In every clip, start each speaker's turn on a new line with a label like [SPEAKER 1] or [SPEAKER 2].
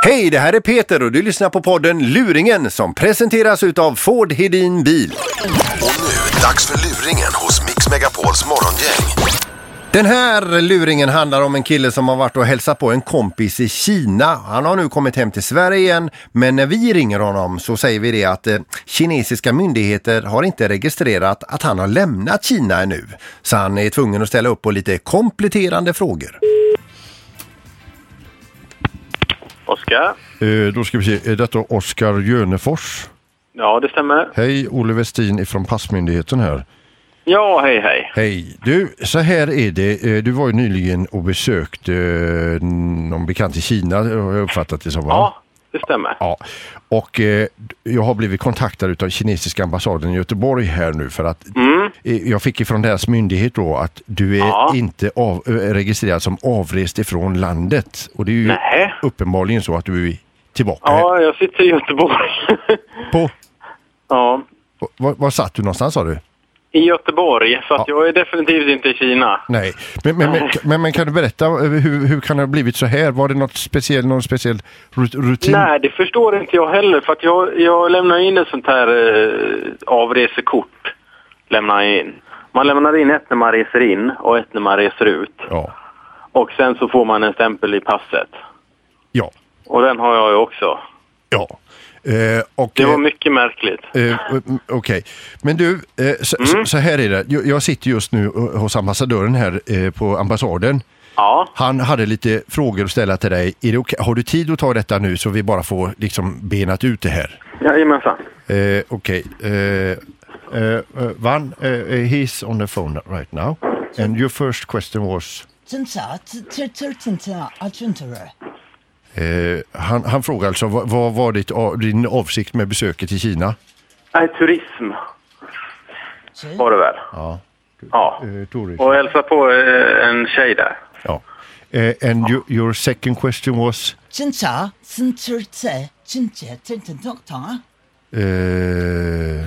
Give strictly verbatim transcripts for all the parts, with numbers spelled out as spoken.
[SPEAKER 1] Hej, det här är Peter och du lyssnar på podden Luringen som presenteras utav Ford Hedin Bil.
[SPEAKER 2] Och nu, dags för Luringen hos Mix Megapols morgongäng.
[SPEAKER 1] Den här luringen handlar om en kille som har varit och hälsat på en kompis i Kina. Han har nu kommit hem till Sverige igen, men när vi ringer honom så säger vi det att eh, kinesiska myndigheter har inte registrerat att han har lämnat Kina ännu. Så han är tvungen att ställa upp på lite kompletterande frågor.
[SPEAKER 3] Oskar?
[SPEAKER 4] Eh, då ska vi se, är detta Oskar Jönefors?
[SPEAKER 3] Ja, det stämmer.
[SPEAKER 4] Hej, Olle Westin ifrån Passmyndigheten här.
[SPEAKER 3] Ja, hej hej.
[SPEAKER 4] Hej, du, så här är det. Du var ju nyligen och besökte eh, någon bekant i Kina, har jag uppfattat det som, va?
[SPEAKER 3] Ja, det stämmer.
[SPEAKER 4] Ja, och eh, jag har blivit kontaktad av kinesiska ambassaden i Göteborg här nu för att
[SPEAKER 3] Mm.
[SPEAKER 4] eh, jag fick ifrån deras myndighet då att du är
[SPEAKER 3] Ja.
[SPEAKER 4] inte av, eh, registrerad som avrest ifrån landet. Och det är ju
[SPEAKER 3] Nej.
[SPEAKER 4] uppenbarligen så att du är tillbaka.
[SPEAKER 3] Ja, jag sitter i Göteborg.
[SPEAKER 4] På,
[SPEAKER 3] ja,
[SPEAKER 4] var, var satt du någonstans, sa du?
[SPEAKER 3] i Göteborg. Så att
[SPEAKER 4] Ja.
[SPEAKER 3] jag är definitivt inte i Kina.
[SPEAKER 4] Nej, men, men, men, men, men kan du berätta hur, hur kan det ha blivit så här? Var det något speciell, någon speciell rut- rutin?
[SPEAKER 3] Nej, det förstår inte jag heller. För att jag, jag lämnar in ett sånt här eh, avresekort. Lämnar in. Man lämnar in ett när man reser in och ett när man reser ut.
[SPEAKER 4] Ja.
[SPEAKER 3] Och sen så får man en stämpel i passet.
[SPEAKER 4] Ja.
[SPEAKER 3] Och den har jag ju också.
[SPEAKER 4] Ja. Eh, och,
[SPEAKER 3] Det var
[SPEAKER 4] eh,
[SPEAKER 3] mycket märkligt.
[SPEAKER 4] Eh, Okej, okay. Men du, eh, så,
[SPEAKER 3] Mm.
[SPEAKER 4] så här är det. Jag, jag sitter just nu hos ambassadören här eh, på ambassaden.
[SPEAKER 3] Ja.
[SPEAKER 4] Han hade lite frågor att ställa till dig. Är det okay? Har du tid att ta detta nu så vi bara får liksom benat ut det här?
[SPEAKER 3] Jajamensan.
[SPEAKER 4] Eh, Okej. Okay. Eh, eh, Van, eh, he's on the phone right now. And your first question was... Eh, han, han frågar alltså, vad, vad var ditt, din avsikt med besöket i Kina?
[SPEAKER 3] Nej, turism. Var det väl?
[SPEAKER 4] Ja.
[SPEAKER 3] Ja.
[SPEAKER 4] Eh, tourism.
[SPEAKER 3] Och hälsa på eh, en tjej där.
[SPEAKER 4] Ja. Eh, and you, your second question was? Eh,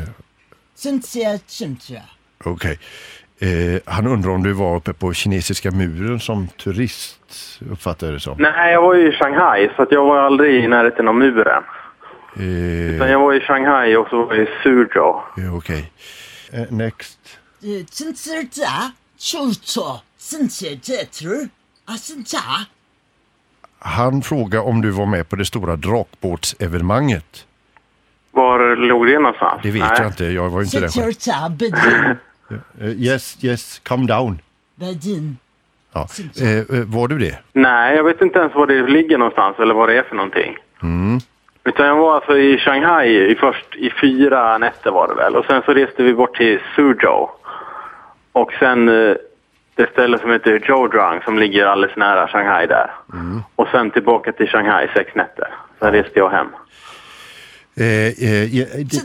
[SPEAKER 4] Okej. Okay. Eh, han undrar om du var uppe på kinesiska muren som turist, uppfattar det som.
[SPEAKER 3] Nej, jag var ju i Shanghai så att jag var aldrig i närheten av muren.
[SPEAKER 4] Eh,
[SPEAKER 3] Utan jag var i Shanghai och så var jag i Suzhou.
[SPEAKER 4] eh, Okej. Okay. Eh, next. Han frågar om du var med på det stora drakbåtsevenemanget.
[SPEAKER 3] Var låg det någonstans?
[SPEAKER 4] Det vet
[SPEAKER 3] Nej.
[SPEAKER 4] jag inte, jag var inte där själv. Eh, yes, yes, come down. Ja. Eh, eh, var du det?
[SPEAKER 3] Nej, jag vet inte ens var det ligger någonstans eller vad det är för någonting.
[SPEAKER 4] Mm.
[SPEAKER 3] Utan jag var alltså i Shanghai i först i fyra nätter var det väl. Och sen så reste vi bort till Suzhou. Och sen eh, det ställe som heter Zhouzhang som ligger alldeles nära Shanghai där. Mm. Och sen tillbaka till Shanghai sex nätter. Sen reste jag hem.
[SPEAKER 4] Eh, eh, ja, det,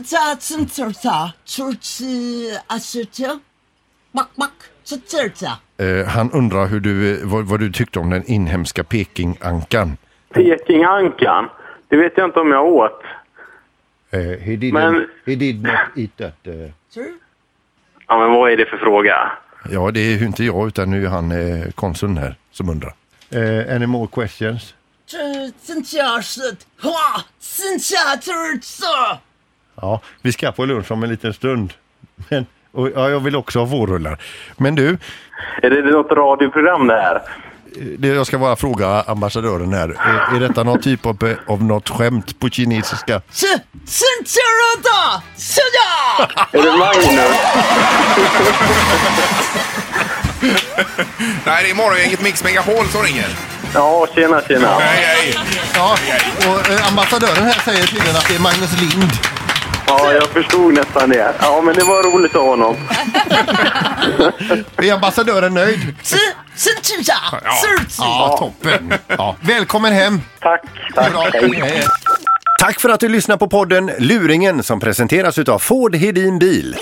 [SPEAKER 4] eh, han undrar hur du, vad, vad du tyckte om den inhemska Pekingankan.
[SPEAKER 3] Pekingankan? Det vet jag inte om jag åt.
[SPEAKER 4] Uh, he, didn't,
[SPEAKER 3] Men-
[SPEAKER 4] he did not eat that. Uh...
[SPEAKER 3] Ja, men vad är det för fråga?
[SPEAKER 4] Ja, det är ju inte jag utan nu är han eh, konsuln här som undrar. Uh, any more questions? Ja, vi ska på lunch om en liten stund. Men, och, ja, jag vill också ha vårrullar. Men du,
[SPEAKER 3] Är det något radioprogram det här?
[SPEAKER 4] det jag ska bara fråga ambassadören här. Är, är detta någon typ av, av något skämt på kinesiska?
[SPEAKER 3] Är det Magnus?
[SPEAKER 5] Nej, det är morgongänget Mix Megapol som ringer.
[SPEAKER 3] Ja, tjena, tjena.
[SPEAKER 5] Hej, hej.
[SPEAKER 1] Ja, och eh, ambassadören här säger tydligen att det är Magnus Lind.
[SPEAKER 3] Ja, jag förstod nästan det. Ja, men det var roligt av honom.
[SPEAKER 1] Är ambassadören nöjd? Ja, toppen. Ja, välkommen hem.
[SPEAKER 3] Tack, tack.
[SPEAKER 1] Bra.
[SPEAKER 3] Hej.
[SPEAKER 1] Hej. Tack för att du lyssnar på podden Luringen som presenteras utav Ford Hedin Bil.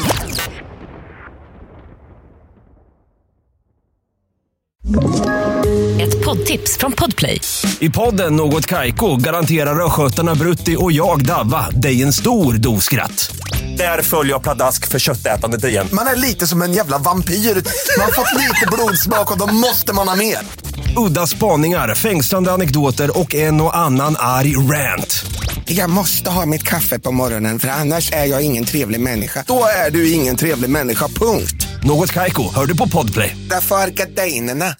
[SPEAKER 6] Ett poddtips från Podplay.
[SPEAKER 7] I podden Något Kaiko garanterar röskötarna Brutti och jag Davva dig en stor doskratt. Där följer jag pladask för köttätandet igen.
[SPEAKER 8] Man är lite som en jävla vampyr. Man har fått lite blodsmak och då måste man ha mer.
[SPEAKER 7] Udda spaningar, fängslande anekdoter och en och annan arg rant.
[SPEAKER 8] Jag måste ha mitt kaffe på morgonen för annars är jag ingen trevlig människa. Då är du ingen trevlig människa, punkt.
[SPEAKER 7] Något Kaiko, hör du på Podplay.
[SPEAKER 8] Därför är gardinerna.